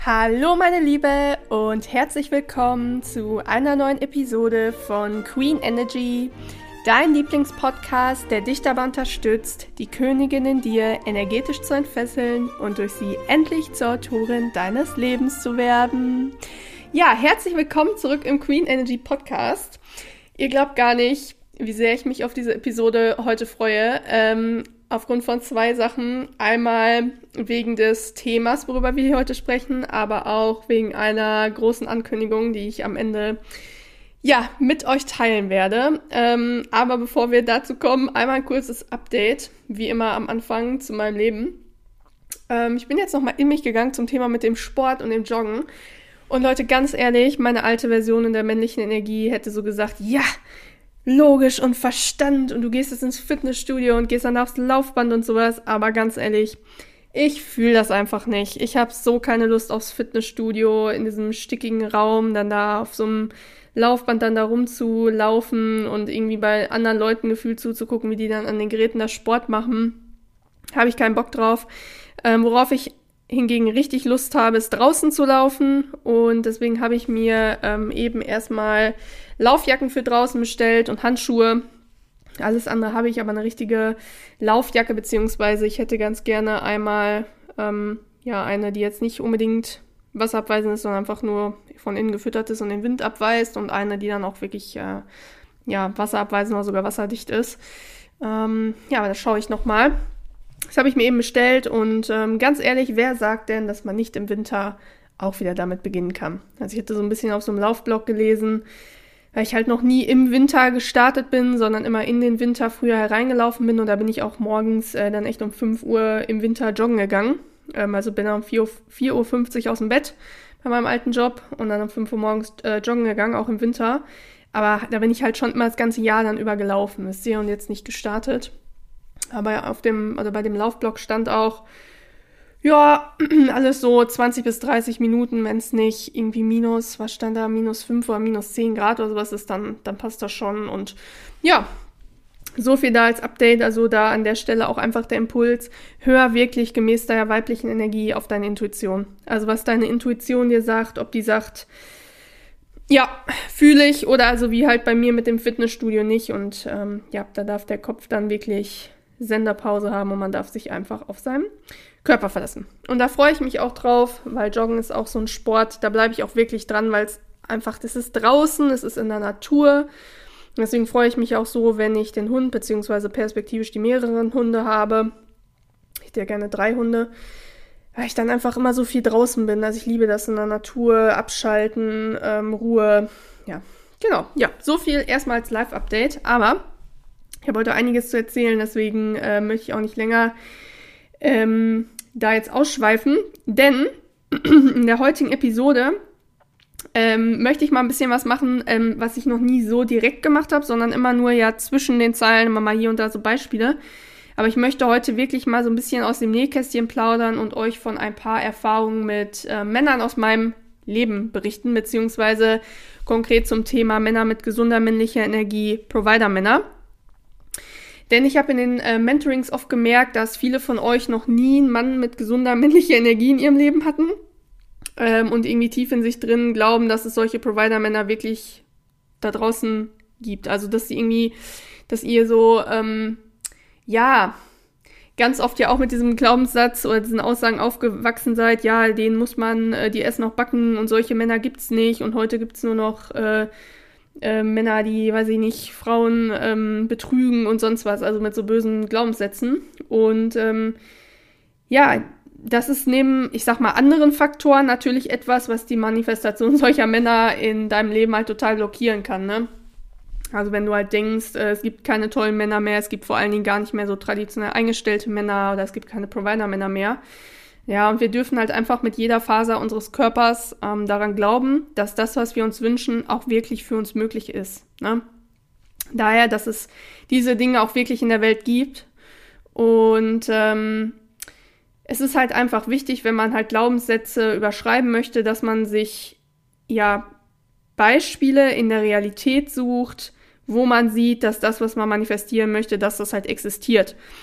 Hallo meine Liebe und herzlich willkommen zu einer neuen Episode von Queen Energy, dein Lieblingspodcast, der dich dabei unterstützt, die Königin in dir energetisch zu entfesseln und durch sie endlich zur Autorin deines Lebens zu werden. Ja, herzlich willkommen zurück im Queen Energy Podcast. Ihr glaubt gar nicht, wie sehr ich mich auf diese Episode heute freue. Aufgrund von zwei Sachen. Einmal wegen des Themas, worüber wir hier heute sprechen, aber auch wegen einer großen Ankündigung, die ich am Ende mit euch teilen werde. Aber bevor wir dazu kommen, einmal ein kurzes Update, wie immer am Anfang zu meinem Leben. Ich bin jetzt nochmal in mich gegangen zum Thema mit dem Sport und dem Joggen. Und Leute, ganz ehrlich, meine alte Version in der männlichen Energie hätte so gesagt, ja, logisch und Verstand und du gehst jetzt ins Fitnessstudio und gehst dann aufs Laufband und sowas, aber ganz ehrlich, ich fühle das einfach nicht. Ich habe so keine Lust aufs Fitnessstudio, in diesem stickigen Raum, dann da auf so einem Laufband dann da rumzulaufen und irgendwie bei anderen Leuten gefühlt zuzugucken, wie die dann an den Geräten da Sport machen. Habe ich keinen Bock drauf. Worauf ich hingegen richtig Lust habe, ist draußen zu laufen und deswegen habe ich mir eben erstmal Laufjacken für draußen bestellt und Handschuhe. Alles andere habe ich, aber eine richtige Laufjacke, beziehungsweise ich hätte ganz gerne einmal eine, die jetzt nicht unbedingt wasserabweisend ist, sondern einfach nur von innen gefüttert ist und den Wind abweist und eine, die dann auch wirklich wasserabweisend oder sogar wasserdicht ist. Aber da schaue ich nochmal. Das habe ich mir eben bestellt und ganz ehrlich, wer sagt denn, dass man nicht im Winter auch wieder damit beginnen kann? Also ich hatte so ein bisschen auf so einem Laufblog gelesen, weil ich halt noch nie im Winter gestartet bin, sondern immer in den Winter früher hereingelaufen bin und da bin ich auch morgens dann echt um 5 Uhr im Winter joggen gegangen. Also bin dann um 4:50 Uhr aus dem Bett bei meinem alten Job und dann um 5 Uhr morgens joggen gegangen, auch im Winter. Aber da bin ich halt schon immer das ganze Jahr dann über gelaufen, wisst ihr, und jetzt nicht gestartet. Aber bei dem Laufblog stand auch, ja, alles so 20 bis 30 Minuten, wenn es nicht irgendwie was stand da, -5 oder -10 Grad oder sowas ist, dann passt das schon. Und ja, so viel da als Update, also da an der Stelle auch einfach der Impuls, hör wirklich gemäß deiner weiblichen Energie auf deine Intuition. Also was deine Intuition dir sagt, ob die sagt, ja, fühle ich, oder also wie halt bei mir mit dem Fitnessstudio nicht. Und da darf der Kopf dann wirklich Senderpause haben und man darf sich einfach auf seinen Körper verlassen. Und da freue ich mich auch drauf, weil Joggen ist auch so ein Sport, da bleibe ich auch wirklich dran, weil es einfach, das ist draußen, es ist in der Natur. Und deswegen freue ich mich auch so, wenn ich den Hund, beziehungsweise perspektivisch die mehreren Hunde habe. Ich hätte ja gerne 3 Hunde, weil ich dann einfach immer so viel draußen bin. Also ich liebe das in der Natur, abschalten, Ruhe. Ja, genau. Ja, so viel erstmal als Live-Update, aber ich habe heute einiges zu erzählen, deswegen möchte ich auch nicht länger da jetzt ausschweifen, denn in der heutigen Episode möchte ich mal ein bisschen was machen, was ich noch nie so direkt gemacht habe, sondern immer nur zwischen den Zeilen, immer mal hier und da so Beispiele. Aber ich möchte heute wirklich mal so ein bisschen aus dem Nähkästchen plaudern und euch von ein paar Erfahrungen mit Männern aus meinem Leben berichten, beziehungsweise konkret zum Thema Männer mit gesunder männlicher Energie, Provider-Männer. Denn ich habe in den Mentorings oft gemerkt, dass viele von euch noch nie einen Mann mit gesunder männlicher Energie in ihrem Leben hatten und irgendwie tief in sich drin glauben, dass es solche Provider-Männer wirklich da draußen gibt. Also dass ihr so, ganz oft ja auch mit diesem Glaubenssatz oder diesen Aussagen aufgewachsen seid, ja, denen muss man die Essen noch backen und solche Männer gibt's nicht und heute gibt's nur noch Männer, die, weiß ich nicht, Frauen betrügen und sonst was, also mit so bösen Glaubenssätzen. Und das ist neben, ich sag mal, anderen Faktoren natürlich etwas, was die Manifestation solcher Männer in deinem Leben halt total blockieren kann, ne? Also wenn du halt denkst, es gibt keine tollen Männer mehr, es gibt vor allen Dingen gar nicht mehr so traditionell eingestellte Männer oder es gibt keine Provider-Männer mehr. Ja, und wir dürfen halt einfach mit jeder Faser unseres Körpers daran glauben, dass das, was wir uns wünschen, auch wirklich für uns möglich ist, ne? Daher, dass es diese Dinge auch wirklich in der Welt gibt. Und es ist halt einfach wichtig, wenn man halt Glaubenssätze überschreiben möchte, dass man sich Beispiele in der Realität sucht, wo man sieht, dass das, was man manifestieren möchte, dass das halt existiert.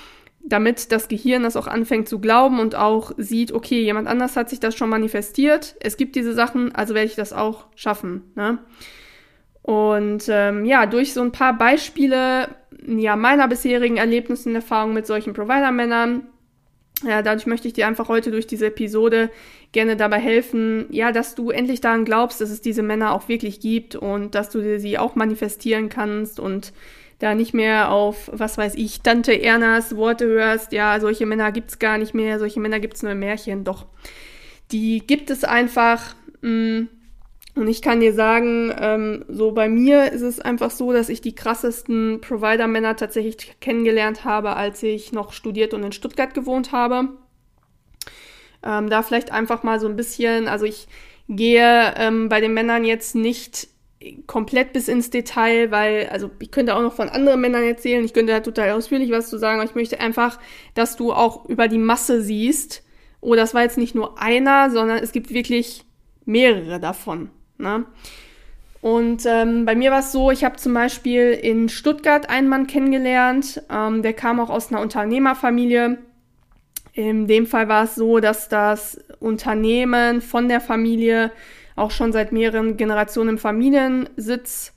damit das Gehirn das auch anfängt zu glauben und auch sieht, okay, jemand anders hat sich das schon manifestiert, es gibt diese Sachen, also werde ich das auch schaffen, ne? Und durch so ein paar Beispiele meiner bisherigen Erlebnisse und Erfahrungen mit solchen Provider-Männern, dadurch möchte ich dir einfach heute durch diese Episode gerne dabei helfen, dass du endlich daran glaubst, dass es diese Männer auch wirklich gibt und dass du dir sie auch manifestieren kannst und da nicht mehr auf, was weiß ich, Tante Ernas Worte hörst, solche Männer gibt's gar nicht mehr, solche Männer gibt's nur im Märchen. Doch, die gibt es einfach. Und ich kann dir sagen, so bei mir ist es einfach so, dass ich die krassesten Provider-Männer tatsächlich kennengelernt habe, als ich noch studiert und in Stuttgart gewohnt habe. Da vielleicht einfach mal so ein bisschen, also ich gehe bei den Männern jetzt nicht komplett bis ins Detail, weil, also ich könnte auch noch von anderen Männern erzählen, ich könnte da total ausführlich was zu sagen, aber ich möchte einfach, dass du auch über die Masse siehst, oh, das war jetzt nicht nur einer, sondern es gibt wirklich mehrere davon, ne? Und bei mir war es so, ich habe zum Beispiel in Stuttgart einen Mann kennengelernt, der kam auch aus einer Unternehmerfamilie. In dem Fall war es so, dass das Unternehmen von der Familie auch schon seit mehreren Generationen im Familienbesitz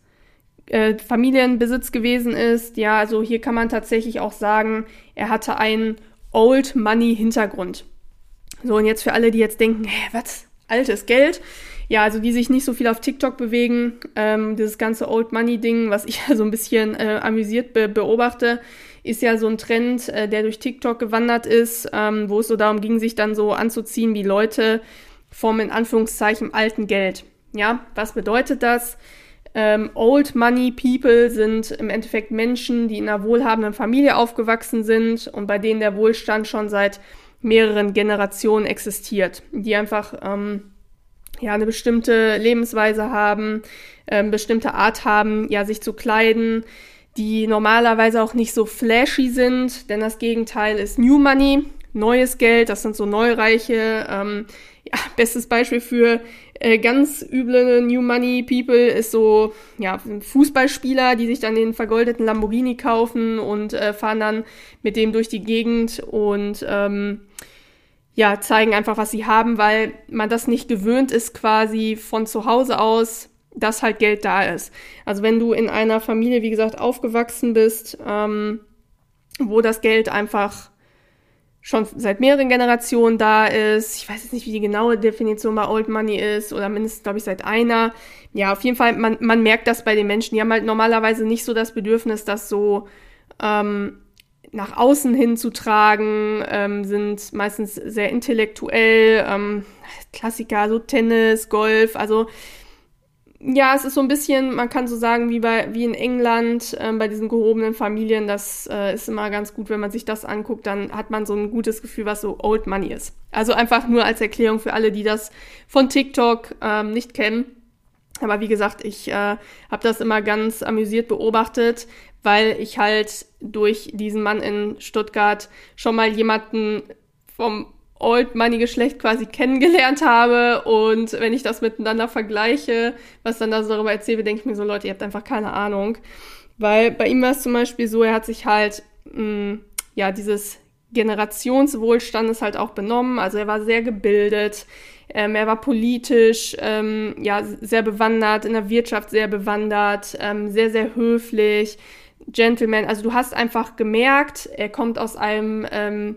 gewesen ist. Ja, also hier kann man tatsächlich auch sagen, er hatte einen Old Money Hintergrund. So, und jetzt für alle, die jetzt denken, was? Altes Geld? Ja, also die sich nicht so viel auf TikTok bewegen, dieses ganze Old Money Ding, was ich ja so ein bisschen amüsiert beobachte, ist ja so ein Trend, der durch TikTok gewandert ist, wo es so darum ging, sich dann so anzuziehen wie Leute vom, in Anführungszeichen, alten Geld. Ja, was bedeutet das? Old Money People sind im Endeffekt Menschen, die in einer wohlhabenden Familie aufgewachsen sind und bei denen der Wohlstand schon seit mehreren Generationen existiert. Die einfach eine bestimmte Lebensweise haben, bestimmte Art haben, sich zu kleiden, die normalerweise auch nicht so flashy sind, denn das Gegenteil ist New Money, neues Geld, das sind so Neureiche. Bestes Beispiel für ganz üble New Money People ist so Fußballspieler, die sich dann den vergoldeten Lamborghini kaufen und fahren dann mit dem durch die Gegend und zeigen einfach, was sie haben, weil man das nicht gewöhnt ist, quasi von zu Hause aus, dass halt Geld da ist. Also wenn du in einer Familie, wie gesagt, aufgewachsen bist, wo das Geld einfach schon seit mehreren Generationen da ist. Ich weiß jetzt nicht, wie die genaue Definition bei Old Money ist oder mindestens, glaube ich, seit einer. Ja, auf jeden Fall, man merkt das bei den Menschen. Die haben halt normalerweise nicht so das Bedürfnis, das so nach außen hin zu tragen, sind meistens sehr intellektuell, Klassiker, so Tennis, Golf, also ja, es ist so ein bisschen, man kann so sagen, wie in England, bei diesen gehobenen Familien, das ist immer ganz gut, wenn man sich das anguckt, dann hat man so ein gutes Gefühl, was so Old Money ist. Also einfach nur als Erklärung für alle, die das von TikTok nicht kennen. Aber wie gesagt, ich habe das immer ganz amüsiert beobachtet, weil ich halt durch diesen Mann in Stuttgart schon mal jemanden vom Old Money Geschlecht quasi kennengelernt habe und wenn ich das miteinander vergleiche, was dann da so darüber erzähle, denke ich mir so, Leute, ihr habt einfach keine Ahnung, weil bei ihm war es zum Beispiel so, er hat sich halt dieses Generationswohlstandes halt auch benommen, also er war sehr gebildet, er war politisch sehr bewandert, in der Wirtschaft sehr bewandert, sehr, sehr höflich, Gentleman, also du hast einfach gemerkt, er kommt aus einem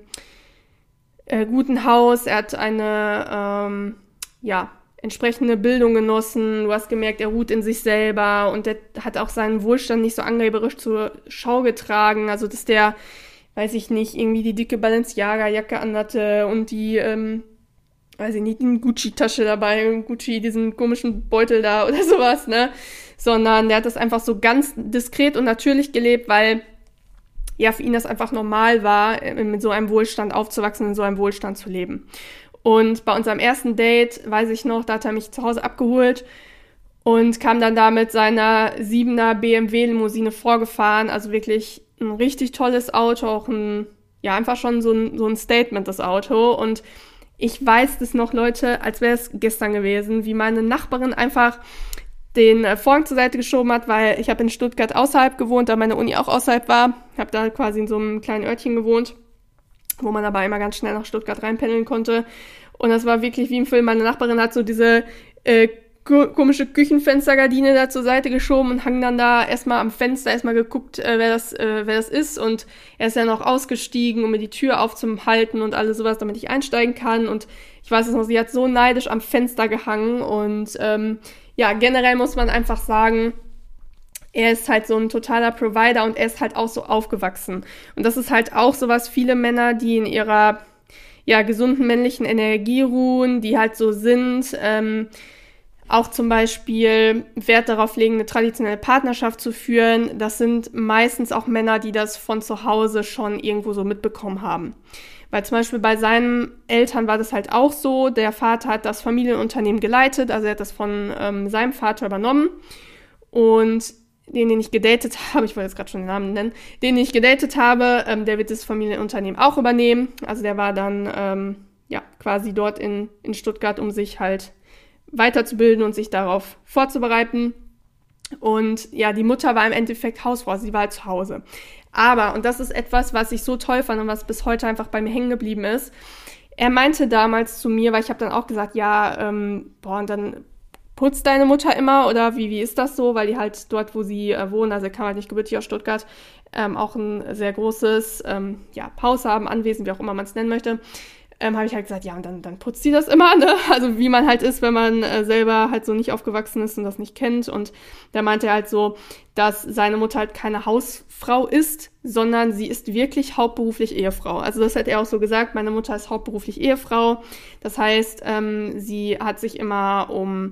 guten Haus, er hat eine entsprechende Bildung genossen, du hast gemerkt, er ruht in sich selber und er hat auch seinen Wohlstand nicht so angeberisch zur Schau getragen, also dass der, weiß ich nicht, irgendwie die dicke Balenciaga-Jacke anhatte und die, weiß ich nicht, eine Gucci-Tasche dabei, Gucci, diesen komischen Beutel da oder sowas, ne, sondern der hat das einfach so ganz diskret und natürlich gelebt, weil für ihn das einfach normal war, mit so einem Wohlstand aufzuwachsen, in so einem Wohlstand zu leben. Und bei unserem ersten Date, weiß ich noch, da hat er mich zu Hause abgeholt und kam dann da mit seiner 7er BMW-Limousine vorgefahren. Also wirklich ein richtig tolles Auto, auch einfach schon so ein Statement, das Auto. Und ich weiß das noch, Leute, als wäre es gestern gewesen, wie meine Nachbarin einfach den Vorhang zur Seite geschoben hat, weil ich habe in Stuttgart außerhalb gewohnt, da meine Uni auch außerhalb war. Habe da quasi in so einem kleinen Örtchen gewohnt. wo man aber immer ganz schnell nach Stuttgart reinpendeln konnte. Und das war wirklich wie im Film. Meine Nachbarin hat so diese komische Küchenfenstergardine da zur Seite geschoben und hang dann da erstmal am Fenster geguckt, wer das ist. Und er ist ja noch ausgestiegen, um mir die Tür aufzuhalten und alles sowas, damit ich einsteigen kann. Und ich weiß es noch, sie hat so neidisch am Fenster gehangen. Und generell muss man einfach sagen, er ist halt so ein totaler Provider und er ist halt auch so aufgewachsen. Und das ist halt auch sowas, viele Männer, die in ihrer gesunden männlichen Energie ruhen, die halt so sind, auch zum Beispiel Wert darauf legen, eine traditionelle Partnerschaft zu führen. Das sind meistens auch Männer, die das von zu Hause schon irgendwo so mitbekommen haben. Weil zum Beispiel bei seinen Eltern war das halt auch so, der Vater hat das Familienunternehmen geleitet, also er hat das von seinem Vater übernommen. Und den ich gedatet habe, ich wollte jetzt gerade schon den Namen nennen, den ich gedatet habe, der wird das Familienunternehmen auch übernehmen. Also der war dann quasi dort in Stuttgart, um sich halt weiterzubilden und sich darauf vorzubereiten. Und ja, die Mutter war im Endeffekt Hausfrau, sie war halt zu Hause. Aber, und das ist etwas, was ich so toll fand und was bis heute einfach bei mir hängen geblieben ist, er meinte damals zu mir, weil ich habe dann auch gesagt, und dann putzt deine Mutter immer oder wie ist das so? Weil die halt dort, wo sie wohnen, also er kam halt nicht gebürtig aus Stuttgart, auch ein sehr großes Haus haben, Anwesen, wie auch immer man es nennen möchte, habe ich halt gesagt, ja, und dann putzt sie das immer, ne? Also wie man halt ist, wenn man selber halt so nicht aufgewachsen ist und das nicht kennt. Und da meinte er halt so, dass seine Mutter halt keine Hausfrau ist, sondern sie ist wirklich hauptberuflich Ehefrau. Also das hat er auch so gesagt, meine Mutter ist hauptberuflich Ehefrau. Das heißt, sie hat sich immer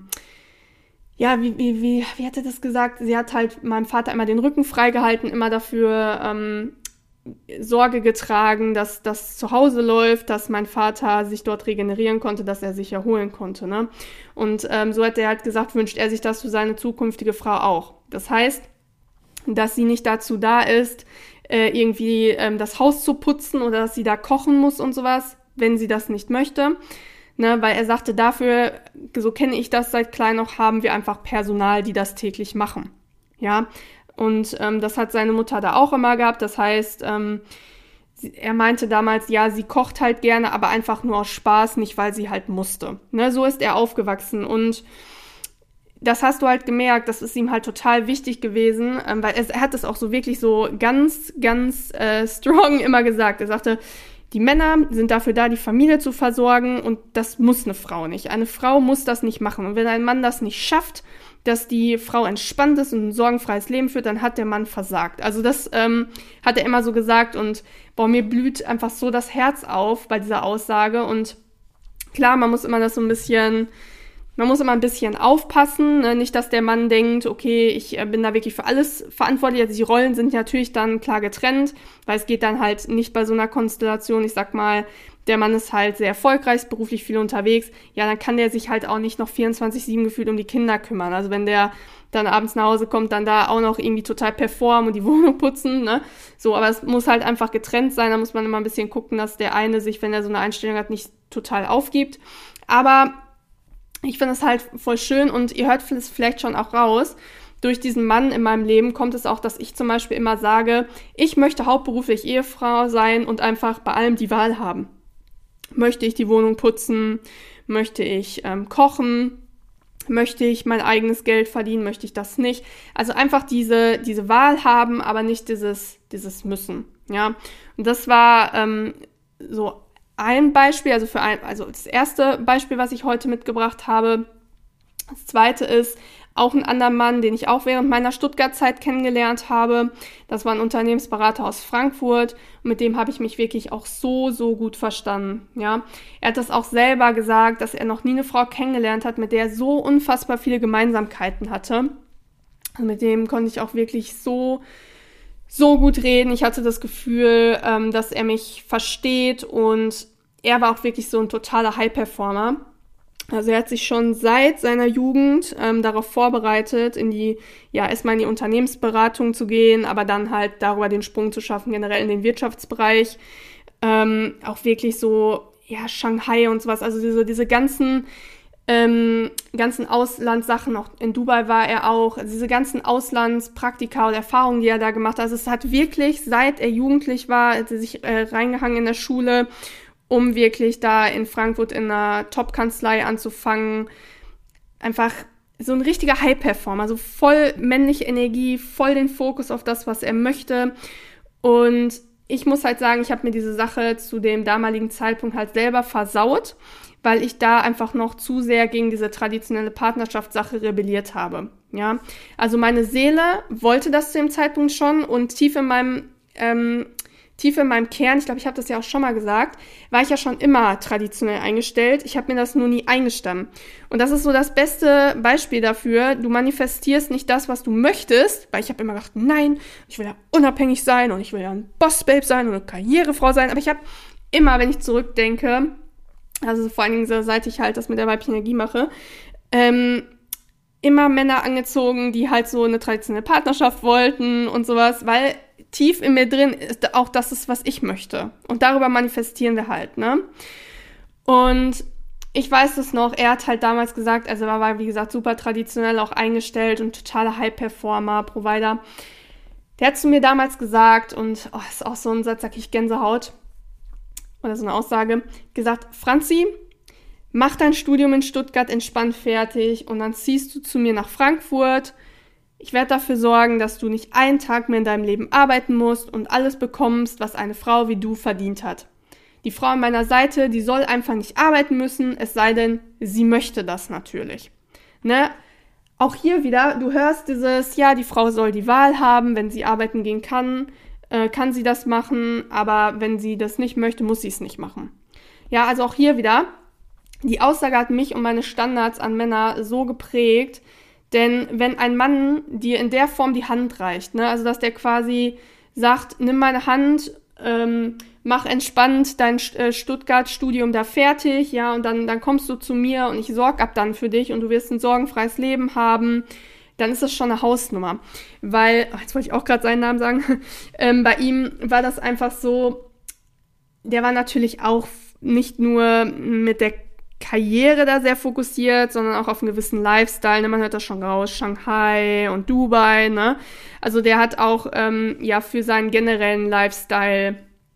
wie hat er das gesagt? Sie hat halt meinem Vater immer den Rücken freigehalten, immer dafür Sorge getragen, dass das zu Hause läuft, dass mein Vater sich dort regenerieren konnte, dass er sich erholen konnte, ne? Und so hat er halt gesagt, wünscht er sich das für seine zukünftige Frau auch. Das heißt, dass sie nicht dazu da ist, irgendwie das Haus zu putzen oder dass sie da kochen muss und sowas, wenn sie das nicht möchte. Ne, weil er sagte, dafür, so kenne ich das seit klein noch, haben wir einfach Personal, die das täglich machen. Ja, und das hat seine Mutter da auch immer gehabt. Das heißt, er meinte damals, ja, sie kocht halt gerne, aber einfach nur aus Spaß, nicht weil sie halt musste. Ne, so ist er aufgewachsen und das hast du halt gemerkt, das ist ihm halt total wichtig gewesen, weil er hat es auch so wirklich so ganz, ganz strong immer gesagt. Er sagte, die Männer sind dafür da, die Familie zu versorgen und das muss eine Frau nicht. Eine Frau muss das nicht machen. Und wenn ein Mann das nicht schafft, dass die Frau entspannt ist und ein sorgenfreies Leben führt, dann hat der Mann versagt. Also das hat er immer so gesagt und mir blüht einfach so das Herz auf bei dieser Aussage. Und klar, man muss immer ein bisschen aufpassen, ne? Nicht, dass der Mann denkt, okay, ich bin da wirklich für alles verantwortlich. Also die Rollen sind natürlich dann klar getrennt, weil es geht dann halt nicht bei so einer Konstellation, ich sag mal, der Mann ist halt sehr erfolgreich, beruflich viel unterwegs, ja, dann kann der sich halt auch nicht noch 24/7 gefühlt um die Kinder kümmern. Also wenn der dann abends nach Hause kommt, dann da auch noch irgendwie total performen und die Wohnung putzen, ne? So, aber es muss halt einfach getrennt sein, da muss man immer ein bisschen gucken, dass der eine sich, wenn er so eine Einstellung hat, nicht total aufgibt. Aber ich finde es halt voll schön und ihr hört es vielleicht schon auch raus. Durch diesen Mann in meinem Leben kommt es auch, dass ich zum Beispiel immer sage, ich möchte hauptberuflich Ehefrau sein und einfach bei allem die Wahl haben. Möchte ich die Wohnung putzen? Möchte ich kochen? Möchte ich mein eigenes Geld verdienen? Möchte ich das nicht? Also einfach diese Wahl haben, aber nicht dieses Müssen. Ja, und das war so ein Beispiel, also das erste Beispiel, was ich heute mitgebracht habe. Das zweite ist auch ein anderer Mann, den ich auch während meiner Stuttgart-Zeit kennengelernt habe. Das war ein Unternehmensberater aus Frankfurt und mit dem habe ich mich wirklich auch so gut verstanden. Ja, er hat das auch selber gesagt, dass er noch nie eine Frau kennengelernt hat, mit der er so unfassbar viele Gemeinsamkeiten hatte. Und mit dem konnte ich auch wirklich so gut reden. Ich hatte das Gefühl, dass er mich versteht und er war auch wirklich so ein totaler High-Performer. Also er hat sich schon seit seiner Jugend darauf vorbereitet, erstmal in die Unternehmensberatung zu gehen, aber dann halt darüber den Sprung zu schaffen, generell in den Wirtschaftsbereich. Auch wirklich so, Shanghai und sowas, also diese ganzen ganzen Auslandssachen, auch in Dubai war er auch, also diese ganzen Auslandspraktika und Erfahrungen, die er da gemacht hat. Also es hat wirklich, seit er jugendlich war, hat er sich reingehangen in der Schule, um wirklich da in Frankfurt in einer Top-Kanzlei anzufangen. Einfach so ein richtiger High-Performer, also voll männliche Energie, voll den Fokus auf das, was er möchte. Und ich muss halt sagen, ich habe mir diese Sache zu dem damaligen Zeitpunkt halt selber versaut, weil ich da einfach noch zu sehr gegen diese traditionelle Partnerschaftssache rebelliert habe. Ja, also meine Seele wollte das zu dem Zeitpunkt schon und tief in meinem Kern, ich glaube, ich habe das ja auch schon mal gesagt, war ich ja schon immer traditionell eingestellt. Ich habe mir das nur nie eingestanden. Und das ist so das beste Beispiel dafür. Du manifestierst nicht das, was du möchtest, weil ich habe immer gedacht, nein, ich will ja unabhängig sein und ich will ja ein Boss-Babe sein und eine Karrierefrau sein. Aber ich habe immer, wenn ich zurückdenke, also vor allen Dingen seit ich halt das mit der weiblichen Energie mache, immer Männer angezogen, die halt so eine traditionelle Partnerschaft wollten und sowas, weil tief in mir drin ist auch das ist, was ich möchte. Und darüber manifestieren wir halt, ne? Und ich weiß es noch, er hat halt damals gesagt, also er war, wie gesagt, super traditionell auch eingestellt und totaler High-Performer, Provider. Der hat zu mir damals gesagt, und das ist auch so ein Satz, sag ich Gänsehaut, oder so eine Aussage, gesagt, Franzi, mach dein Studium in Stuttgart entspannt fertig und dann ziehst du zu mir nach Frankfurt. Ich werde dafür sorgen, dass du nicht einen Tag mehr in deinem Leben arbeiten musst und alles bekommst, was eine Frau wie du verdient hat. Die Frau an meiner Seite, die soll einfach nicht arbeiten müssen, es sei denn, sie möchte das natürlich. Ne? Auch hier wieder, du hörst dieses, ja, die Frau soll die Wahl haben, wenn sie arbeiten gehen kann sie das machen, aber wenn sie das nicht möchte, muss sie es nicht machen. Ja, also auch hier wieder, die Aussage hat mich und meine Standards an Männer so geprägt, denn wenn ein Mann dir in der Form die Hand reicht, ne, also dass der quasi sagt, nimm meine Hand, mach entspannt dein Stuttgart-Studium da fertig, ja, und dann kommst du zu mir und ich sorg ab dann für dich und du wirst ein sorgenfreies Leben haben, dann ist das schon eine Hausnummer. Weil, jetzt wollte ich auch gerade seinen Namen sagen, bei ihm war das einfach so, der war natürlich auch nicht nur mit der Karriere da sehr fokussiert, sondern auch auf einen gewissen Lifestyle, ne? Man hört das schon raus, Shanghai und Dubai, ne? Also der hat auch für seinen generellen Lifestyle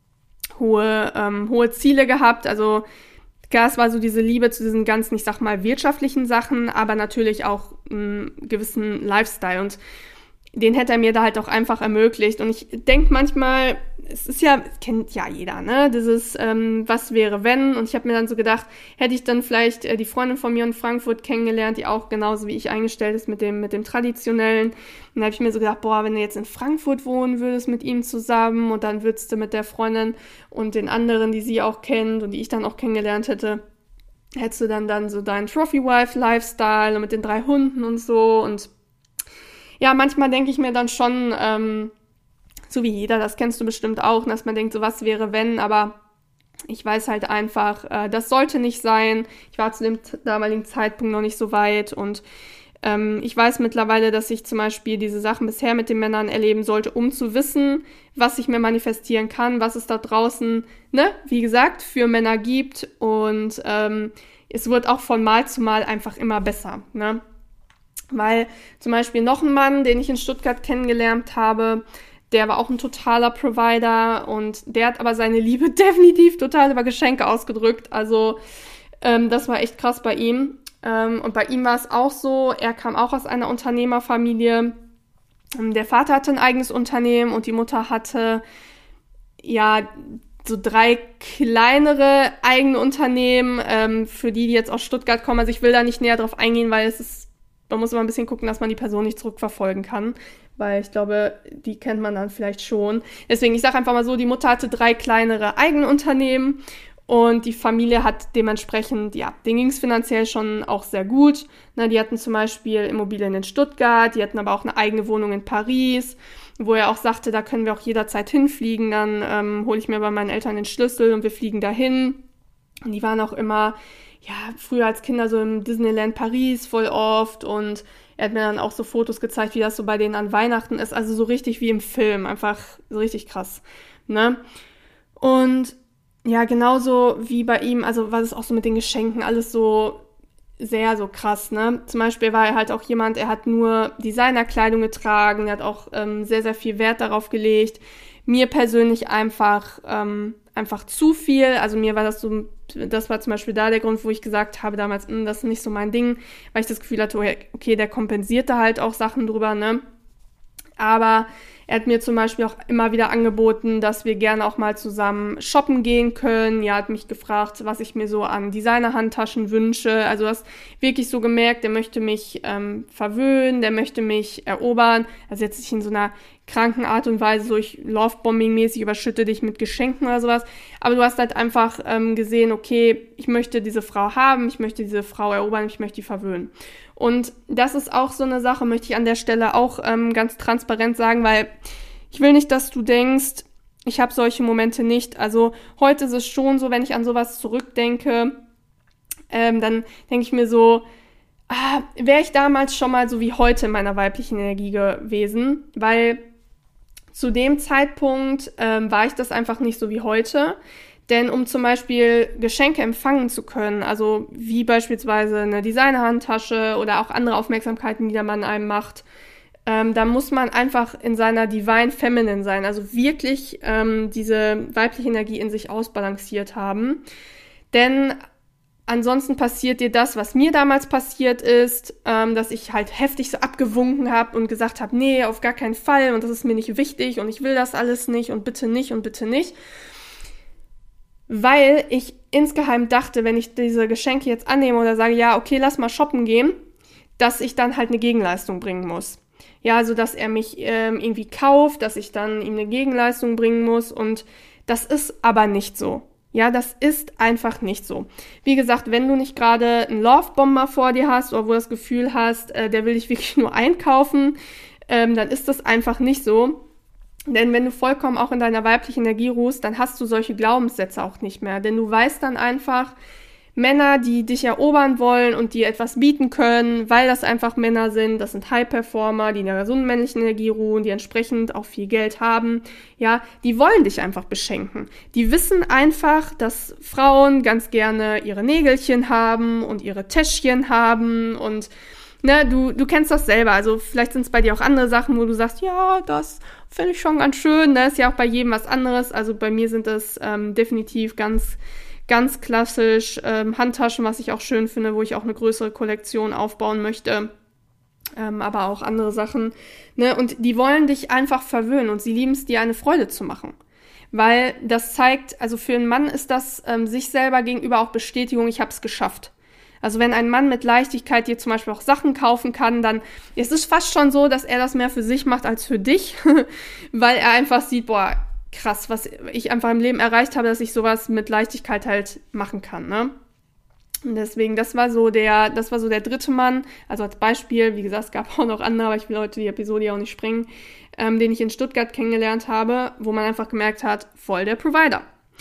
hohe Ziele gehabt, also klar, es war so diese Liebe zu diesen ganzen, ich sag mal, wirtschaftlichen Sachen, aber natürlich auch einen gewissen Lifestyle und den hätte er mir da halt auch einfach ermöglicht. Und ich denke manchmal, es ist ja, kennt ja jeder, ne, dieses was wäre wenn. Und ich habe mir dann so gedacht, hätte ich dann vielleicht die Freundin von mir in Frankfurt kennengelernt, die auch genauso wie ich eingestellt ist mit dem Traditionellen. Und da habe ich mir so gedacht, boah, wenn du jetzt in Frankfurt wohnen würdest mit ihm zusammen und dann würdest du mit der Freundin und den anderen, die sie auch kennt und die ich dann auch kennengelernt hätte, hättest du dann so deinen Trophy-Wife-Lifestyle und mit den 3 Hunden und so. Und ja, manchmal denke ich mir dann schon, so wie jeder, das kennst du bestimmt auch, dass man denkt, so was wäre wenn, aber ich weiß halt einfach, das sollte nicht sein. Ich war zu dem damaligen Zeitpunkt noch nicht so weit und ich weiß mittlerweile, dass ich zum Beispiel diese Sachen bisher mit den Männern erleben sollte, um zu wissen, was ich mir manifestieren kann, was es da draußen, ne, wie gesagt, für Männer gibt und es wird auch von Mal zu Mal einfach immer besser, ne. Weil zum Beispiel noch ein Mann, den ich in Stuttgart kennengelernt habe, der war auch ein totaler Provider und der hat aber seine Liebe definitiv total über Geschenke ausgedrückt. Also das war echt krass bei ihm. Und bei ihm war es auch so, er kam auch aus einer Unternehmerfamilie. Der Vater hatte ein eigenes Unternehmen und die Mutter hatte ja so 3 kleinere eigene Unternehmen, für die jetzt aus Stuttgart kommen. Also ich will da nicht näher drauf eingehen, weil man muss immer ein bisschen gucken, dass man die Person nicht zurückverfolgen kann, weil ich glaube, die kennt man dann vielleicht schon. Deswegen, ich sage einfach mal so, die Mutter hatte 3 kleinere eigene Unternehmen und die Familie hat dementsprechend, ja, denen ging es finanziell schon auch sehr gut. Na, die hatten zum Beispiel Immobilien in Stuttgart, die hatten aber auch eine eigene Wohnung in Paris, wo er auch sagte, da können wir auch jederzeit hinfliegen, dann hole ich mir bei meinen Eltern den Schlüssel und wir fliegen dahin. Und die waren auch immer, ja, früher als Kinder so im Disneyland Paris voll oft und er hat mir dann auch so Fotos gezeigt, wie das so bei denen an Weihnachten ist, also so richtig wie im Film, einfach so richtig krass, ne? Und ja, genauso wie bei ihm, also was ist auch so mit den Geschenken, alles so sehr so krass, ne? Zum Beispiel war er halt auch jemand, er hat nur Designerkleidung getragen, er hat auch sehr, sehr viel Wert darauf gelegt. Mir persönlich einfach zu viel. Also mir war das so, das war zum Beispiel da der Grund, wo ich gesagt habe damals, das ist nicht so mein Ding, weil ich das Gefühl hatte, okay, der kompensierte halt auch Sachen drüber, ne? Aber er hat mir zum Beispiel auch immer wieder angeboten, dass wir gerne auch mal zusammen shoppen gehen können. Er hat mich gefragt, was ich mir so an Designer-Handtaschen wünsche. Also du hast wirklich so gemerkt, der möchte mich verwöhnen, der möchte mich erobern. Also jetzt nicht in so einer kranken Art und Weise, so ich Lovebombing-mäßig überschütte dich mit Geschenken oder sowas. Aber du hast halt einfach gesehen, okay, ich möchte diese Frau haben, ich möchte diese Frau erobern, ich möchte die verwöhnen. Und das ist auch so eine Sache, möchte ich an der Stelle auch ganz transparent sagen, weil ich will nicht, dass du denkst, ich habe solche Momente nicht. Also heute ist es schon so, wenn ich an sowas zurückdenke, dann denke ich mir so, wäre ich damals schon mal so wie heute in meiner weiblichen Energie gewesen, weil zu dem Zeitpunkt war ich das einfach nicht so wie heute. Denn um zum Beispiel Geschenke empfangen zu können, also wie beispielsweise eine Designer-Handtasche oder auch andere Aufmerksamkeiten, die der Mann einem macht, da muss man einfach in seiner Divine Feminine sein, also wirklich diese weibliche Energie in sich ausbalanciert haben. Denn ansonsten passiert dir das, was mir damals passiert ist, dass ich halt heftig so abgewunken habe und gesagt habe, nee, auf gar keinen Fall und das ist mir nicht wichtig und ich will das alles nicht und bitte nicht und bitte nicht. Weil ich insgeheim dachte, wenn ich diese Geschenke jetzt annehme oder sage, ja, okay, lass mal shoppen gehen, dass ich dann halt eine Gegenleistung bringen muss. Ja, also dass er mich irgendwie kauft, dass ich dann ihm eine Gegenleistung bringen muss und das ist aber nicht so. Ja, das ist einfach nicht so. Wie gesagt, wenn du nicht gerade einen Lovebomber vor dir hast oder wo du das Gefühl hast, der will dich wirklich nur einkaufen, dann ist das einfach nicht so. Denn wenn du vollkommen auch in deiner weiblichen Energie ruhst, dann hast du solche Glaubenssätze auch nicht mehr. Denn du weißt dann einfach, Männer, die dich erobern wollen und dir etwas bieten können, weil das einfach Männer sind, das sind High-Performer, die in der gesunden männlichen Energie ruhen, die entsprechend auch viel Geld haben, ja, die wollen dich einfach beschenken. Die wissen einfach, dass Frauen ganz gerne ihre Nägelchen haben und ihre Täschchen haben und ne, du kennst das selber, also vielleicht sind es bei dir auch andere Sachen, wo du sagst, ja, das finde ich schon ganz schön, ne, ist ja auch bei jedem was anderes, also bei mir sind das definitiv ganz klassisch Handtaschen, was ich auch schön finde, wo ich auch eine größere Kollektion aufbauen möchte, aber auch andere Sachen, ne, und die wollen dich einfach verwöhnen und sie lieben es, dir eine Freude zu machen. Weil das zeigt, also für einen Mann ist das sich selber gegenüber auch Bestätigung, ich habe es geschafft. Also wenn ein Mann mit Leichtigkeit dir zum Beispiel auch Sachen kaufen kann, dann ist es fast schon so, dass er das mehr für sich macht als für dich, weil er einfach sieht, boah, krass, was ich einfach im Leben erreicht habe, dass ich sowas mit Leichtigkeit halt machen kann, ne? Und deswegen, das war so der dritte Mann, also als Beispiel, wie gesagt, es gab auch noch andere, aber ich will heute die Episode ja auch nicht sprengen, den ich in Stuttgart kennengelernt habe, wo man einfach gemerkt hat, voll der Provider.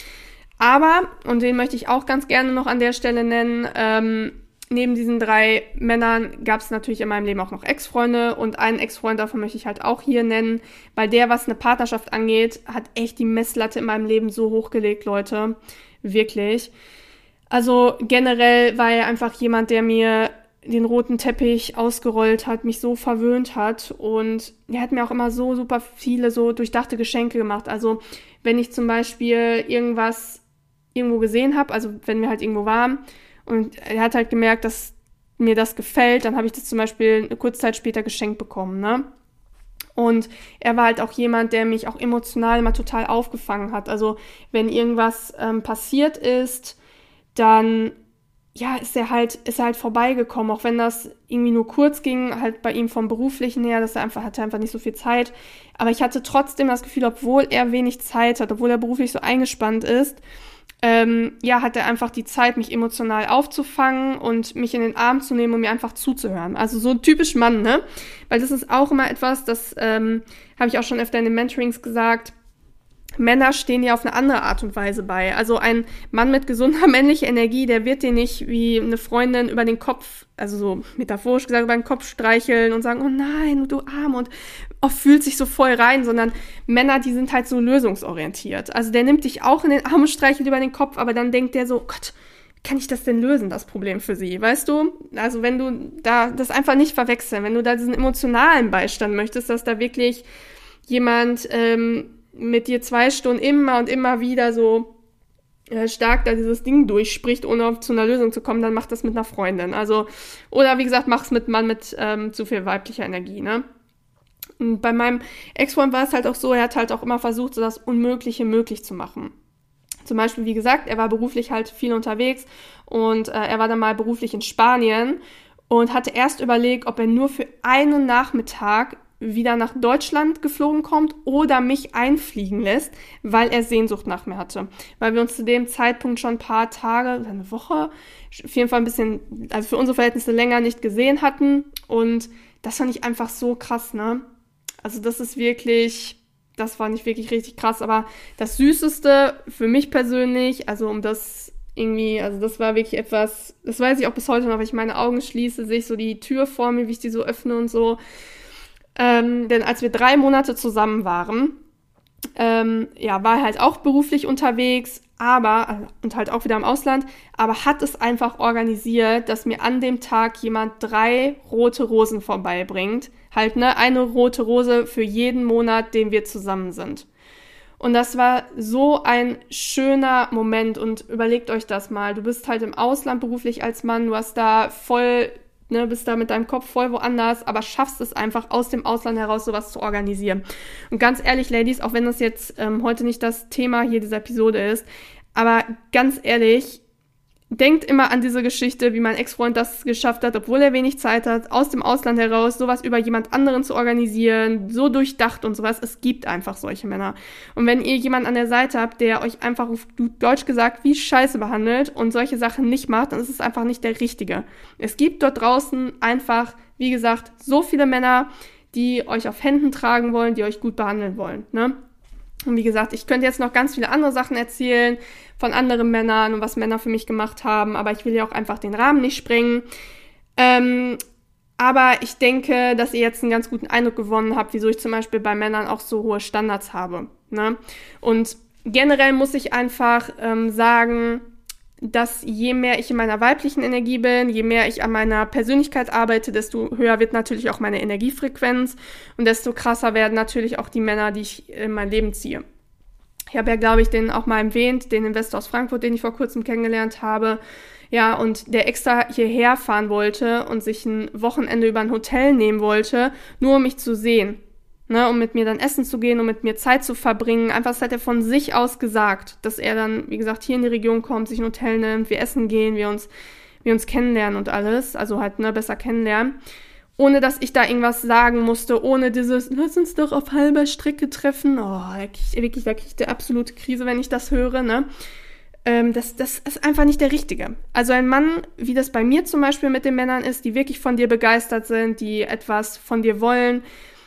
Aber, und den möchte ich auch ganz gerne noch an der Stelle nennen, neben diesen 3 Männern gab es natürlich in meinem Leben auch noch Ex-Freunde und einen Ex-Freund davon möchte ich halt auch hier nennen, weil der, was eine Partnerschaft angeht, hat echt die Messlatte in meinem Leben so hochgelegt, Leute. Wirklich. Also generell war er einfach jemand, der mir den roten Teppich ausgerollt hat, mich so verwöhnt hat und er hat mir auch immer so super viele so durchdachte Geschenke gemacht. Also wenn ich zum Beispiel irgendwo gesehen habe, also wenn wir halt irgendwo waren und er hat halt gemerkt, dass mir das gefällt, dann habe ich das zum Beispiel eine kurze Zeit später geschenkt bekommen, ne? Und er war halt auch jemand, der mich auch emotional immer total aufgefangen hat. Also wenn irgendwas passiert ist, dann ja, ist er halt vorbeigekommen, auch wenn das irgendwie nur kurz ging, halt bei ihm vom Beruflichen her, dass hatte einfach nicht so viel Zeit. Aber ich hatte trotzdem das Gefühl, obwohl er wenig Zeit hat, obwohl er beruflich so eingespannt ist, hat er einfach die Zeit, mich emotional aufzufangen und mich in den Arm zu nehmen und mir einfach zuzuhören. Also so typisch Mann, ne? Weil das ist auch immer etwas, das habe ich auch schon öfter in den Mentorings gesagt, Männer stehen ja auf eine andere Art und Weise bei. Also ein Mann mit gesunder männlicher Energie, der wird dir nicht wie eine Freundin über den Kopf, also so metaphorisch gesagt, über den Kopf streicheln und sagen, oh nein, du Arm und fühlt sich so voll rein, sondern Männer, die sind halt so lösungsorientiert. Also der nimmt dich auch in den Arm und streichelt über den Kopf, aber dann denkt der so, Gott, kann ich das denn lösen, das Problem für sie, weißt du? Also wenn du da das einfach nicht verwechseln, wenn du da diesen emotionalen Beistand möchtest, dass da wirklich jemand mit dir 2 Stunden immer und immer wieder so stark da dieses Ding durchspricht, ohne zu einer Lösung zu kommen, dann mach das mit einer Freundin. Also, oder wie gesagt, mach's mit einem Mann mit zu viel weiblicher Energie, ne? Und bei meinem Ex-Freund war es halt auch so, er hat halt auch immer versucht, so das Unmögliche möglich zu machen. Zum Beispiel, wie gesagt, er war beruflich halt viel unterwegs und er war dann mal beruflich in Spanien und hatte erst überlegt, ob er nur für einen Nachmittag wieder nach Deutschland geflogen kommt oder mich einfliegen lässt, weil er Sehnsucht nach mir hatte. Weil wir uns zu dem Zeitpunkt schon ein paar Tage oder eine Woche, auf jeden Fall ein bisschen, also für unsere Verhältnisse länger nicht gesehen hatten. Und das fand ich einfach so krass, ne? Also das war nicht wirklich richtig krass, aber das Süßeste für mich persönlich, also um das irgendwie, also das war wirklich etwas, das weiß ich auch bis heute noch, wenn ich meine Augen schließe, sehe ich so die Tür vor mir, wie ich die so öffne und so. Denn als wir 3 Monate zusammen waren, war er halt auch beruflich unterwegs, und halt auch wieder im Ausland, aber hat es einfach organisiert, dass mir an dem Tag jemand 3 rote Rosen vorbeibringt. Halt, ne, eine rote Rose für jeden Monat, den wir zusammen sind. Und das war so ein schöner Moment und überlegt euch das mal. Du bist halt im Ausland beruflich als Mann, du hast da bist da mit deinem Kopf voll woanders, aber schaffst es einfach aus dem Ausland heraus sowas zu organisieren. Und ganz ehrlich, Ladies, auch wenn das jetzt heute nicht das Thema hier dieser Episode ist, aber ganz ehrlich, denkt immer an diese Geschichte, wie mein Ex-Freund das geschafft hat, obwohl er wenig Zeit hat, aus dem Ausland heraus sowas über jemand anderen zu organisieren, so durchdacht und sowas. Es gibt einfach solche Männer. Und wenn ihr jemanden an der Seite habt, der euch einfach auf Deutsch gesagt wie Scheiße behandelt und solche Sachen nicht macht, dann ist es einfach nicht der Richtige. Es gibt dort draußen einfach, wie gesagt, so viele Männer, die euch auf Händen tragen wollen, die euch gut behandeln wollen, ne? Und wie gesagt, ich könnte jetzt noch ganz viele andere Sachen erzählen von anderen Männern und was Männer für mich gemacht haben, aber ich will ja auch einfach den Rahmen nicht sprengen. Aber ich denke, dass ihr jetzt einen ganz guten Eindruck gewonnen habt, wieso ich zum Beispiel bei Männern auch so hohe Standards habe, ne? Und generell muss ich einfach sagen, dass je mehr ich in meiner weiblichen Energie bin, je mehr ich an meiner Persönlichkeit arbeite, desto höher wird natürlich auch meine Energiefrequenz und desto krasser werden natürlich auch die Männer, die ich in mein Leben ziehe. Ich habe ja, glaube ich, den auch mal erwähnt, den Investor aus Frankfurt, den ich vor kurzem kennengelernt habe, ja, und der extra hierher fahren wollte und sich ein Wochenende über ein Hotel nehmen wollte, nur um mich zu sehen. Ne, um mit mir dann essen zu gehen, um mit mir Zeit zu verbringen. Einfach, das hat er von sich aus gesagt, dass er dann, wie gesagt, hier in die Region kommt, sich ein Hotel nimmt, wir essen gehen, wir uns kennenlernen und alles. Also halt, ne, besser kennenlernen. Ohne, dass ich da irgendwas sagen musste, ohne dieses, lass uns doch auf halber Strecke treffen. Oh, da krieg ich die absolute Krise, wenn ich das höre, ne. Das ist einfach nicht der Richtige. Also ein Mann, wie das bei mir zum Beispiel mit den Männern ist, die wirklich von dir begeistert sind, die etwas von dir wollen,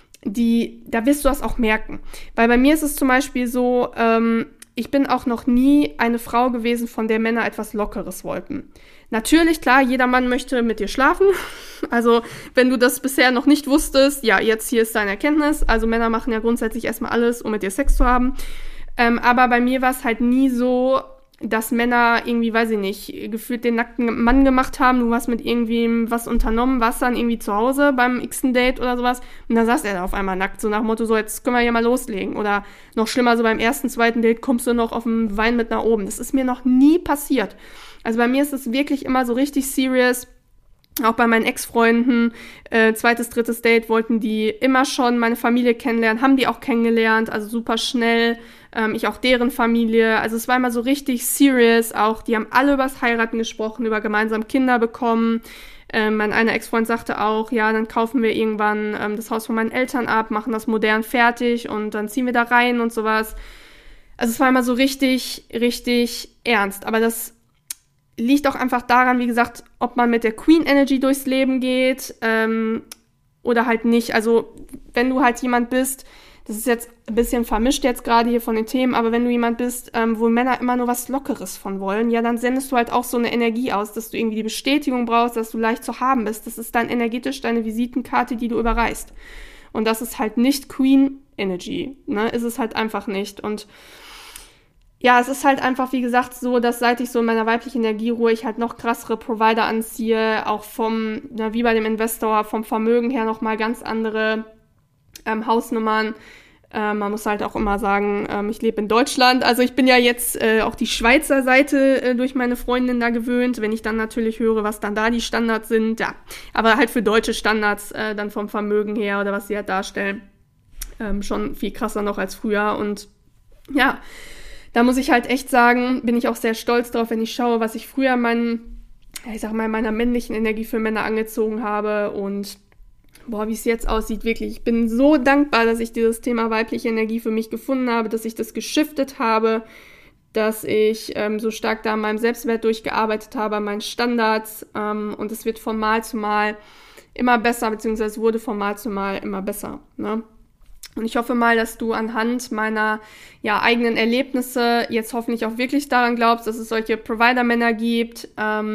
da wirst du das auch merken. Weil bei mir ist es zum Beispiel so, ich bin auch noch nie eine Frau gewesen, von der Männer etwas Lockeres wollten. Natürlich, klar, jeder Mann möchte mit dir schlafen. Also, wenn du das bisher noch nicht wusstest, ja, jetzt hier ist deine Erkenntnis. Also, Männer machen ja grundsätzlich erstmal alles, um mit dir Sex zu haben. Aber bei mir war es halt nie so, dass Männer irgendwie, weiß ich nicht, gefühlt den nackten Mann gemacht haben, du hast mit irgendwem was unternommen, warst dann irgendwie zu Hause beim x-ten Date oder sowas und dann saß er da auf einmal nackt, so nach dem Motto, so jetzt können wir ja mal loslegen oder noch schlimmer, so beim 1., 2. Date kommst du noch auf dem Wein mit nach oben. Das ist mir noch nie passiert. Also bei mir ist es wirklich immer so richtig serious. Auch bei meinen Ex-Freunden, 2., 3. Date wollten die immer schon meine Familie kennenlernen, haben die auch kennengelernt, also super schnell, ich auch deren Familie, also es war immer so richtig serious auch, die haben alle übers Heiraten gesprochen, über gemeinsam Kinder bekommen, mein einer Ex-Freund sagte auch, ja, dann kaufen wir irgendwann das Haus von meinen Eltern ab, machen das modern fertig und dann ziehen wir da rein und sowas, also es war immer so richtig, richtig ernst, aber das liegt auch einfach daran, wie gesagt, ob man mit der Queen Energy durchs Leben geht oder halt nicht. Also wenn du halt jemand bist, das ist jetzt ein bisschen vermischt jetzt gerade hier von den Themen, aber wenn du jemand bist, wo Männer immer nur was Lockeres von wollen, ja, dann sendest du halt auch so eine Energie aus, dass du irgendwie die Bestätigung brauchst, dass du leicht zu haben bist. Das ist dann energetisch deine Visitenkarte, die du überreichst. Und das ist halt nicht Queen Energy, ne? Ist es halt einfach nicht. Und ja, es ist halt einfach, wie gesagt, so, dass seit ich so in meiner weiblichen Energieruhe ich halt noch krassere Provider anziehe, auch wie bei dem Investor, vom Vermögen her nochmal ganz andere Hausnummern. Man muss halt auch immer sagen, ich lebe in Deutschland. Also ich bin ja jetzt auch die Schweizer Seite durch meine Freundin da gewöhnt. Wenn ich dann natürlich höre, was dann da die Standards sind, ja. Aber halt für deutsche Standards dann vom Vermögen her oder was sie halt darstellen, schon viel krasser noch als früher. Und ja, da muss ich halt echt sagen, bin ich auch sehr stolz drauf, wenn ich schaue, was ich früher meiner männlichen Energie für Männer angezogen habe und wie es jetzt aussieht, wirklich. Ich bin so dankbar, dass ich dieses Thema weibliche Energie für mich gefunden habe, dass ich das geschiftet habe, dass ich so stark da an meinem Selbstwert durchgearbeitet habe, an meinen Standards und es wird von Mal zu Mal immer besser, beziehungsweise wurde von Mal zu Mal immer besser, ne? Und ich hoffe mal, dass du anhand meiner eigenen Erlebnisse jetzt hoffentlich auch wirklich daran glaubst, dass es solche Provider-Männer gibt.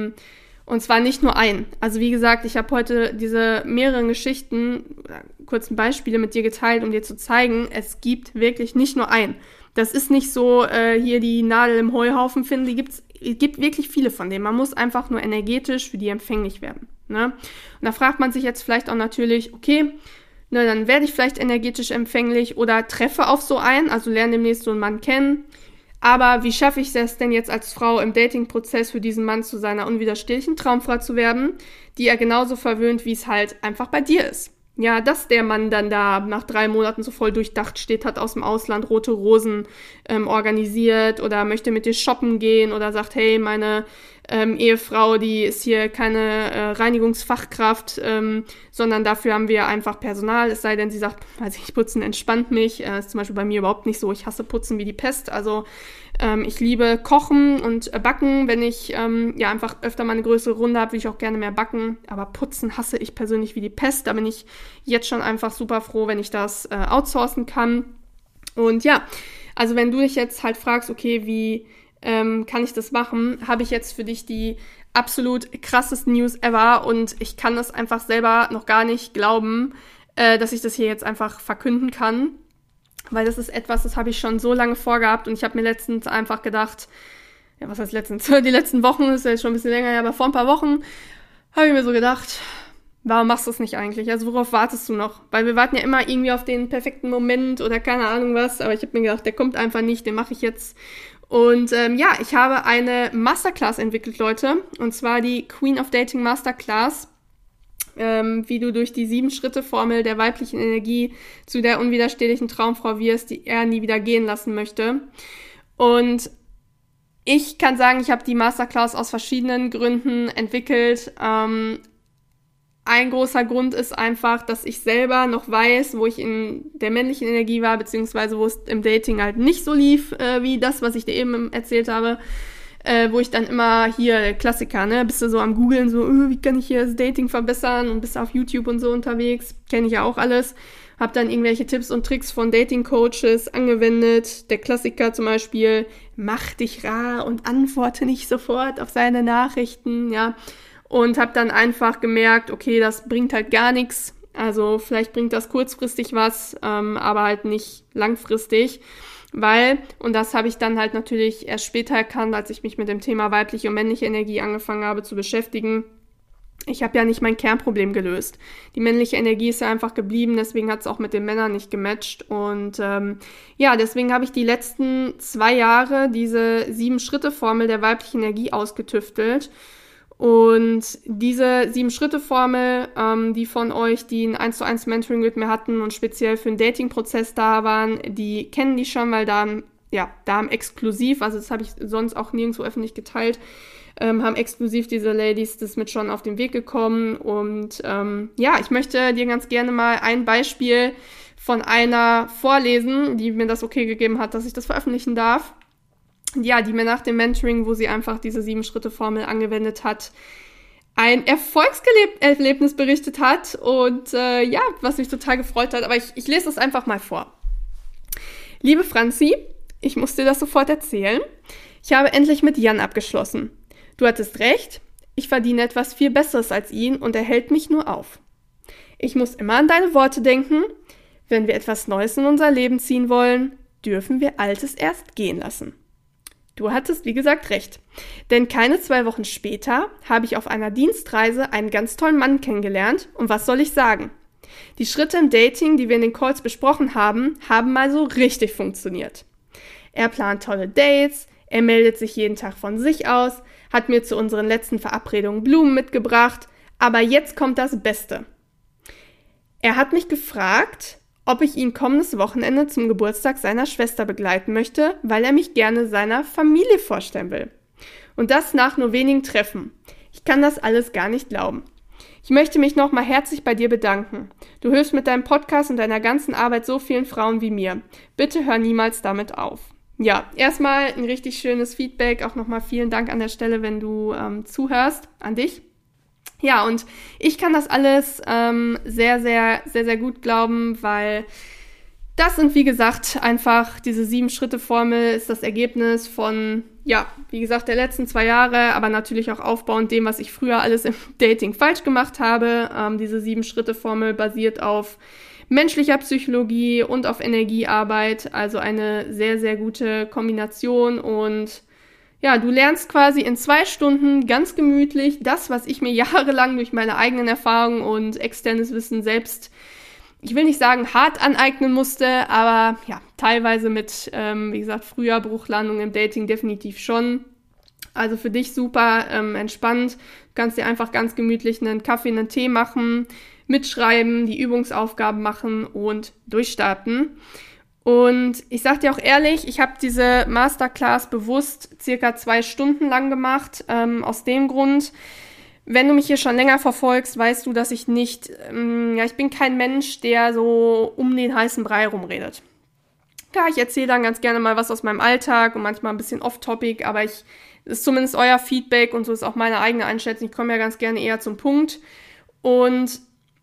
Und zwar nicht nur einen. Also wie gesagt, ich habe heute diese mehreren Geschichten, kurzen Beispiele mit dir geteilt, um dir zu zeigen, es gibt wirklich nicht nur einen. Das ist nicht so, hier die Nadel im Heuhaufen finden. Es gibt wirklich viele von denen. Man muss einfach nur energetisch für die empfänglich werden, ne? Und da fragt man sich jetzt vielleicht auch natürlich, okay, ne, dann werde ich vielleicht energetisch empfänglich oder treffe auf so einen, also lerne demnächst so einen Mann kennen. Aber wie schaffe ich es denn jetzt als Frau im Dating-Prozess für diesen Mann zu seiner unwiderstehlichen Traumfrau zu werden, die er genauso verwöhnt, wie es halt einfach bei dir ist? Ja, dass der Mann dann da nach 3 Monaten so voll durchdacht steht, hat aus dem Ausland rote Rosen organisiert oder möchte mit dir shoppen gehen oder sagt, hey, meine Ehefrau, die ist hier keine Reinigungsfachkraft, sondern dafür haben wir einfach Personal, es sei denn, sie sagt, weiß ich, Putzen entspannt mich, ist zum Beispiel bei mir überhaupt nicht so, ich hasse Putzen wie die Pest, also ich liebe Kochen und Backen, wenn ich einfach öfter mal eine größere Runde habe, will ich auch gerne mehr backen, aber Putzen hasse ich persönlich wie die Pest, da bin ich jetzt schon einfach super froh, wenn ich das outsourcen kann. Und ja, also wenn du dich jetzt halt fragst, okay, wie kann ich das machen, habe ich jetzt für dich die absolut krassesten News ever und ich kann das einfach selber noch gar nicht glauben, dass ich das hier jetzt einfach verkünden kann, weil das ist etwas, das habe ich schon so lange vorgehabt und ich habe mir letztens einfach gedacht, ja, was heißt letztens? Die letzten Wochen, ist ja jetzt schon ein bisschen länger her, aber vor ein paar Wochen habe ich mir so gedacht, warum machst du es nicht eigentlich? Also worauf wartest du noch? Weil wir warten ja immer irgendwie auf den perfekten Moment oder keine Ahnung was, aber ich habe mir gedacht, der kommt einfach nicht, den mache ich jetzt. Und ich habe eine Masterclass entwickelt, Leute, und zwar die Queen of Dating Masterclass, wie du durch die 7-Schritte-Formel der weiblichen Energie zu der unwiderstehlichen Traumfrau wirst, die er nie wieder gehen lassen möchte. Und ich kann sagen, ich habe die Masterclass aus verschiedenen Gründen entwickelt. Ein großer Grund ist einfach, dass ich selber noch weiß, wo ich in der männlichen Energie war, beziehungsweise wo es im Dating halt nicht so lief, wie das, was ich dir eben erzählt habe, wo ich dann immer hier, Klassiker, ne, bist du so am Googlen, so, wie kann ich hier das Dating verbessern und bist auf YouTube und so unterwegs, kenne ich ja auch alles, hab dann irgendwelche Tipps und Tricks von Dating-Coaches angewendet, der Klassiker zum Beispiel, mach dich rar und antworte nicht sofort auf seine Nachrichten, ja, und habe dann einfach gemerkt, okay, das bringt halt gar nichts. Also vielleicht bringt das kurzfristig was, aber halt nicht langfristig. Weil, und das habe ich dann halt natürlich erst später erkannt, als ich mich mit dem Thema weibliche und männliche Energie angefangen habe zu beschäftigen, ich habe ja nicht mein Kernproblem gelöst. Die männliche Energie ist ja einfach geblieben, deswegen hat es auch mit den Männern nicht gematcht. Und deswegen habe ich die letzten 2 Jahre diese 7-Schritte-Formel der weiblichen Energie ausgetüftelt. Und diese 7-Schritte-Formel, die von euch, die ein 1:1 Mentoring mit mir hatten und speziell für den Dating-Prozess da waren, die kennen die schon, weil da haben exklusiv, also das habe ich sonst auch nirgendwo öffentlich geteilt, haben exklusiv diese Ladies das mit schon auf den Weg gekommen. Und ich möchte dir ganz gerne mal ein Beispiel von einer vorlesen, die mir das okay gegeben hat, dass ich das veröffentlichen darf. Ja, die mir nach dem Mentoring, wo sie einfach diese 7-Schritte-Formel angewendet hat, ein Erfolgserlebnis berichtet hat und was mich total gefreut hat. Aber ich lese das einfach mal vor. Liebe Franzi, ich muss dir das sofort erzählen. Ich habe endlich mit Jan abgeschlossen. Du hattest recht, ich verdiene etwas viel Besseres als ihn und er hält mich nur auf. Ich muss immer an deine Worte denken. Wenn wir etwas Neues in unser Leben ziehen wollen, dürfen wir Altes erst gehen lassen. Du hattest, wie gesagt, recht. Denn keine 2 Wochen später habe ich auf einer Dienstreise einen ganz tollen Mann kennengelernt. Und was soll ich sagen? Die Schritte im Dating, die wir in den Calls besprochen haben, haben mal so richtig funktioniert. Er plant tolle Dates, er meldet sich jeden Tag von sich aus, hat mir zu unseren letzten Verabredungen Blumen mitgebracht. Aber jetzt kommt das Beste. Er hat mich gefragt, ob ich ihn kommendes Wochenende zum Geburtstag seiner Schwester begleiten möchte, weil er mich gerne seiner Familie vorstellen will. Und das nach nur wenigen Treffen. Ich kann das alles gar nicht glauben. Ich möchte mich nochmal herzlich bei dir bedanken. Du hilfst mit deinem Podcast und deiner ganzen Arbeit so vielen Frauen wie mir. Bitte hör niemals damit auf. Ja, erstmal ein richtig schönes Feedback. Auch nochmal vielen Dank an der Stelle, wenn du zuhörst, an dich. Ja, und ich kann das alles sehr, sehr, sehr, sehr gut glauben, weil das sind, wie gesagt, einfach diese 7-Schritte-Formel ist das Ergebnis von, ja, wie gesagt, der letzten 2 Jahre, aber natürlich auch aufbauend dem, was ich früher alles im Dating falsch gemacht habe. Diese 7-Schritte-Formel basiert auf menschlicher Psychologie und auf Energiearbeit, also eine sehr, sehr gute Kombination und ja, du lernst quasi in 2 Stunden ganz gemütlich das, was ich mir jahrelang durch meine eigenen Erfahrungen und externes Wissen selbst, ich will nicht sagen hart aneignen musste, aber ja, teilweise mit, wie gesagt, früher Bruchlandung im Dating definitiv schon. Also für dich super entspannt. Du kannst dir einfach ganz gemütlich einen Kaffee, einen Tee machen, mitschreiben, die Übungsaufgaben machen und durchstarten. Und ich sag dir auch ehrlich, ich habe diese Masterclass bewusst circa 2 Stunden lang gemacht. Aus dem Grund, wenn du mich hier schon länger verfolgst, weißt du, dass ich nicht, ich bin kein Mensch, der so um den heißen Brei rumredet. Ja, ich erzähle dann ganz gerne mal was aus meinem Alltag und manchmal ein bisschen off-topic, aber das ist zumindest euer Feedback und so ist auch meine eigene Einschätzung. Ich komme ja ganz gerne eher zum Punkt. Und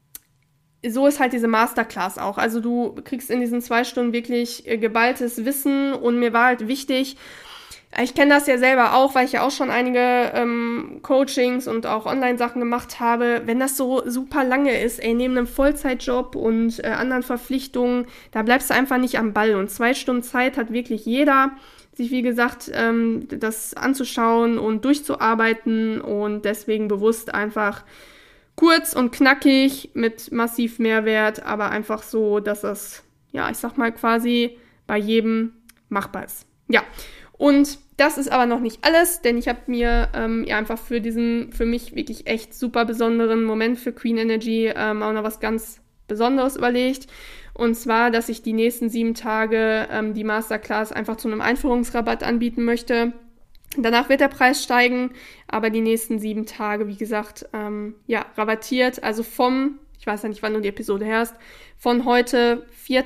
so ist halt diese Masterclass auch. Also du kriegst in diesen 2 Stunden wirklich geballtes Wissen und mir war halt wichtig, ich kenne das ja selber auch, weil ich ja auch schon einige Coachings und auch Online-Sachen gemacht habe. Wenn das so super lange ist, neben einem Vollzeitjob und anderen Verpflichtungen, da bleibst du einfach nicht am Ball. Und 2 Stunden Zeit hat wirklich jeder, sich wie gesagt das anzuschauen und durchzuarbeiten und deswegen bewusst einfach kurz und knackig mit massiv Mehrwert, aber einfach so, dass es, ja, ich sag mal quasi bei jedem machbar ist. Ja, und das ist aber noch nicht alles, denn ich habe mir einfach für diesen, für mich wirklich echt super besonderen Moment für Queen Energy auch noch was ganz Besonderes überlegt. Und zwar, dass ich die nächsten 7 Tage die Masterclass einfach zu einem Einführungsrabatt anbieten möchte. Danach wird der Preis steigen, aber die nächsten 7 Tage, wie gesagt, rabattiert. Also ich weiß ja nicht, wann du die Episode hörst, von heute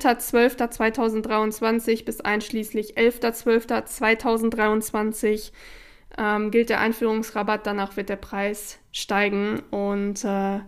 4.12.2023 bis einschließlich 11.12.2023 gilt der Einführungsrabatt. Danach wird der Preis steigen und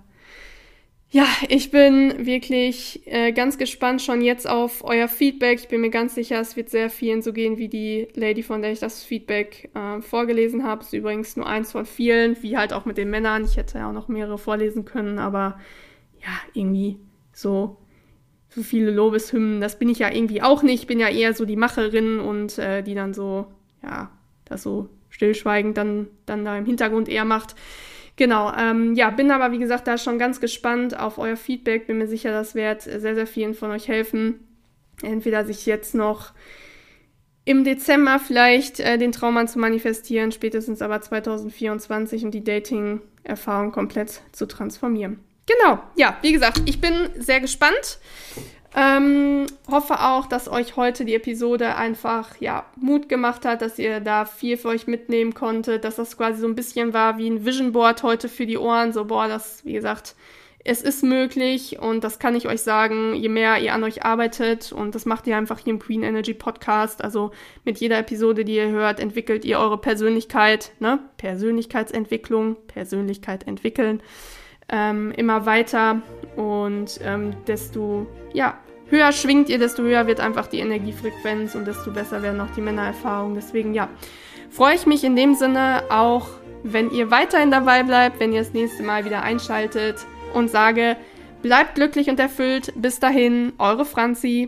ich bin wirklich ganz gespannt schon jetzt auf euer Feedback. Ich bin mir ganz sicher, es wird sehr vielen so gehen wie die Lady, von der ich das Feedback vorgelesen habe. Ist übrigens nur eins von vielen, wie halt auch mit den Männern. Ich hätte ja auch noch mehrere vorlesen können, aber ja, irgendwie so viele Lobeshymnen, das bin ich ja irgendwie auch nicht. Ich bin ja eher so die Macherin und die dann so, ja, das so stillschweigend dann da im Hintergrund eher macht. Genau, bin aber wie gesagt da schon ganz gespannt auf euer Feedback. Bin mir sicher, das wird sehr, sehr vielen von euch helfen. Entweder sich jetzt noch im Dezember vielleicht den Traum zu manifestieren, spätestens aber 2024 und die Dating-Erfahrung komplett zu transformieren. Genau, ja, wie gesagt, ich bin sehr gespannt. Hoffe auch, dass euch heute die Episode einfach, Mut gemacht hat, dass ihr da viel für euch mitnehmen konntet, dass das quasi so ein bisschen war wie ein Vision Board heute für die Ohren. So, das, wie gesagt, es ist möglich und das kann ich euch sagen, je mehr ihr an euch arbeitet und das macht ihr einfach hier im Queen Energy Podcast. Also mit jeder Episode, die ihr hört, entwickelt ihr eure Persönlichkeit, ne? Persönlichkeitsentwicklung, Persönlichkeit entwickeln. Immer weiter und desto höher schwingt ihr, desto höher wird einfach die Energiefrequenz und desto besser werden auch die Männererfahrungen. Deswegen freue ich mich in dem Sinne auch, wenn ihr weiterhin dabei bleibt, wenn ihr das nächste Mal wieder einschaltet und sage, bleibt glücklich und erfüllt. Bis dahin, eure Franzi.